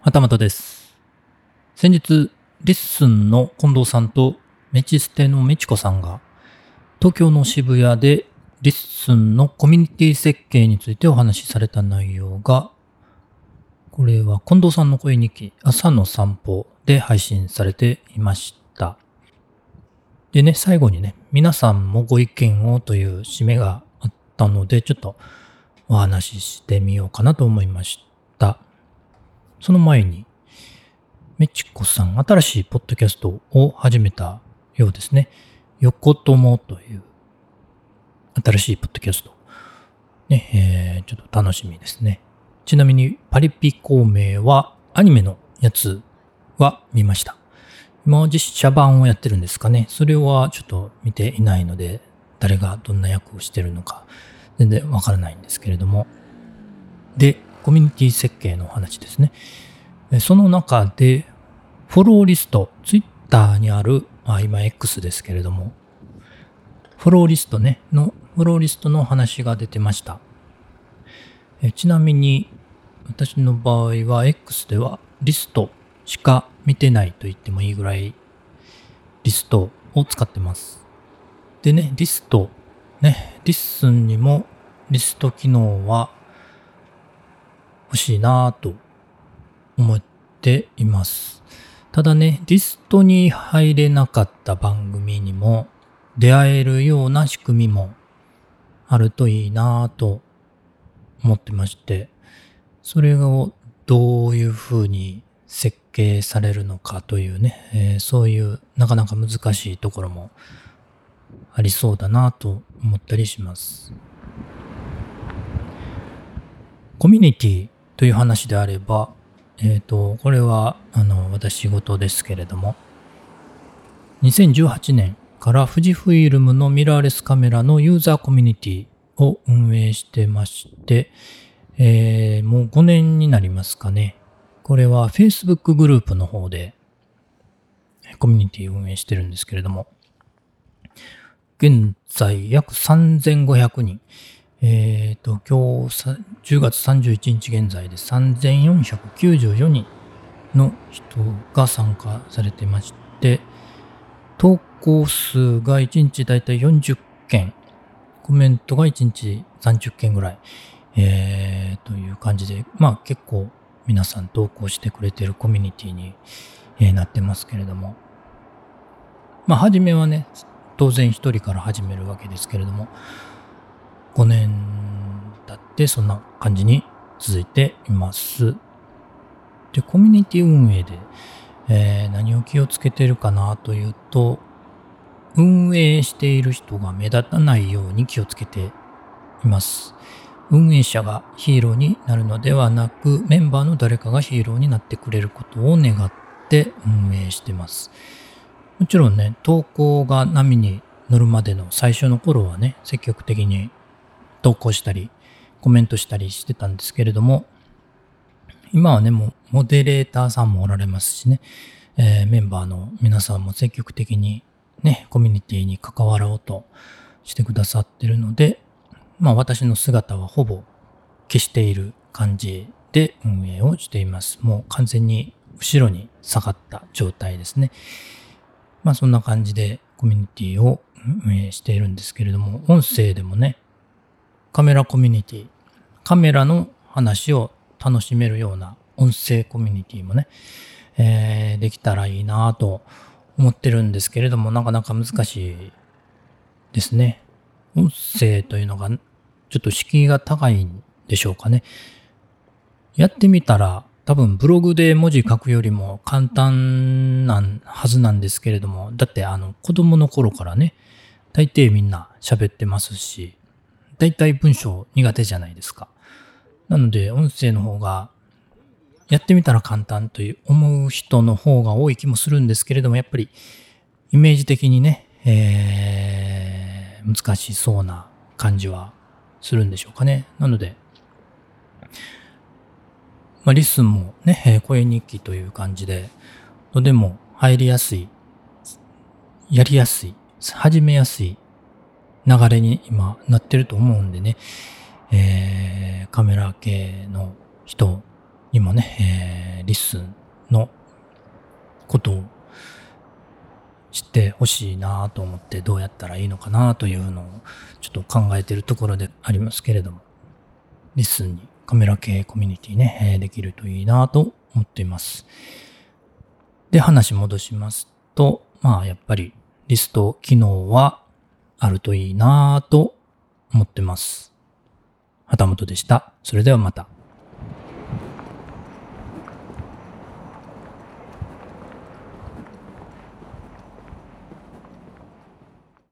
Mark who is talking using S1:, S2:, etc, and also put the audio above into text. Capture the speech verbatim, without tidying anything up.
S1: はたまたです。先日、リッスンの近藤さんとメチステのメチコさんが東京の渋谷でリッスンのコミュニティ設計についてお話しされた内容が、これは近藤さんの声日記朝の散歩で配信されていました。でね、最後にね、皆さんもご意見をという締めがあったので、ちょっとお話ししてみようかなと思いました。その前に、メチコさん、新しいポッドキャストを始めたようですね。横友という新しいポッドキャスト。ね、えー、ちょっと楽しみですね。ちなみに、パリピ孔明はアニメのやつは見ました。今実写版をやってるんですかね。それはちょっと見ていないので、誰がどんな役をしてるのか全然わからないんですけれども。で、コミュニティ設計のお話ですね。その中で、フォローリスト、ツイッターにある、あ今 X ですけれども、フォローリストね、の、フォローリストの話が出てました。えちなみに、私の場合は X ではリストしか見てないと言ってもいいぐらい、リストを使ってます。でね、リスト、ね、リッスンにもリスト機能は欲しいなぁと思っています。ただね、リストに入れなかった番組にも出会えるような仕組みもあるといいなぁと思ってまして、それをどういうふうに設計されるのかというね、えー、そういうなかなか難しいところもありそうだなと思ったりします。コミュニティという話であれば、えっと、これは、あの、私仕事ですけれども、にせんじゅうはちねんから富士フイルムのミラーレスカメラのユーザーコミュニティを運営してまして、えー、もうごねんになりますかね。これは Facebook グループの方でコミュニティを運営してるんですけれども、現在約さんぜんごひゃくにん、えっと、今日じゅうがつさんじゅういちにち現在でさんぜんよんひゃくきゅうじゅうよにんの人が参加されてまして、投稿数がいちにちだいたいよんじゅっけん、コメントがいちにちさんじゅっけんぐらい、えー、という感じで、まあ結構皆さん投稿してくれているコミュニティに、えー、なってますけれども、まあ初めはね、当然一人から始めるわけですけれども、ごねん経ってそんな感じに続いています。で、コミュニティ運営で、えー、何を気をつけてるかなというと、運営している人が目立たないように気をつけています。運営者がヒーローになるのではなく、メンバーの誰かがヒーローになってくれることを願って運営してます。もちろんね、投稿が波に乗るまでの最初の頃はね、積極的に投稿したり、コメントしたりしてたんですけれども、今はね、もうモデレーターさんもおられますしね、えー、メンバーの皆さんも積極的にね、コミュニティに関わろうとしてくださってるので、まあ私の姿はほぼ消している感じで運営をしています。もう完全に後ろに下がった状態ですね。まあそんな感じでコミュニティを運営しているんですけれども、音声でもね、カメラコミュニティ、カメラの話を楽しめるような音声コミュニティもね、えー、できたらいいなと思ってるんですけれども、なかなか難しいですね。音声というのがちょっと敷居が高いんでしょうかね。やってみたら多分ブログで文字書くよりも簡単なはずなんですけれども、だってあの子供の頃からね、大抵みんな喋ってますし、大体文章苦手じゃないですか。なので音声の方がやってみたら簡単という思う人の方が多い気もするんですけれども、やっぱりイメージ的にね、えー、難しそうな感じはするんでしょうかね。なので、まあ、リスンもね、声日記という感じで、とても入りやすい、やりやすい、始めやすい流れに今なってると思うんでね、えー、カメラ系の人にもね、えー、 リッスンのことを知ってほしいなと思って、どうやったらいいのかなというのをちょっと考えているところでありますけれども、リッスンにカメラ系コミュニティね、できるといいなと思っています。で、話戻しますと、まあやっぱりリスト機能はあるといいなと思ってます。旗本でした。それではまた。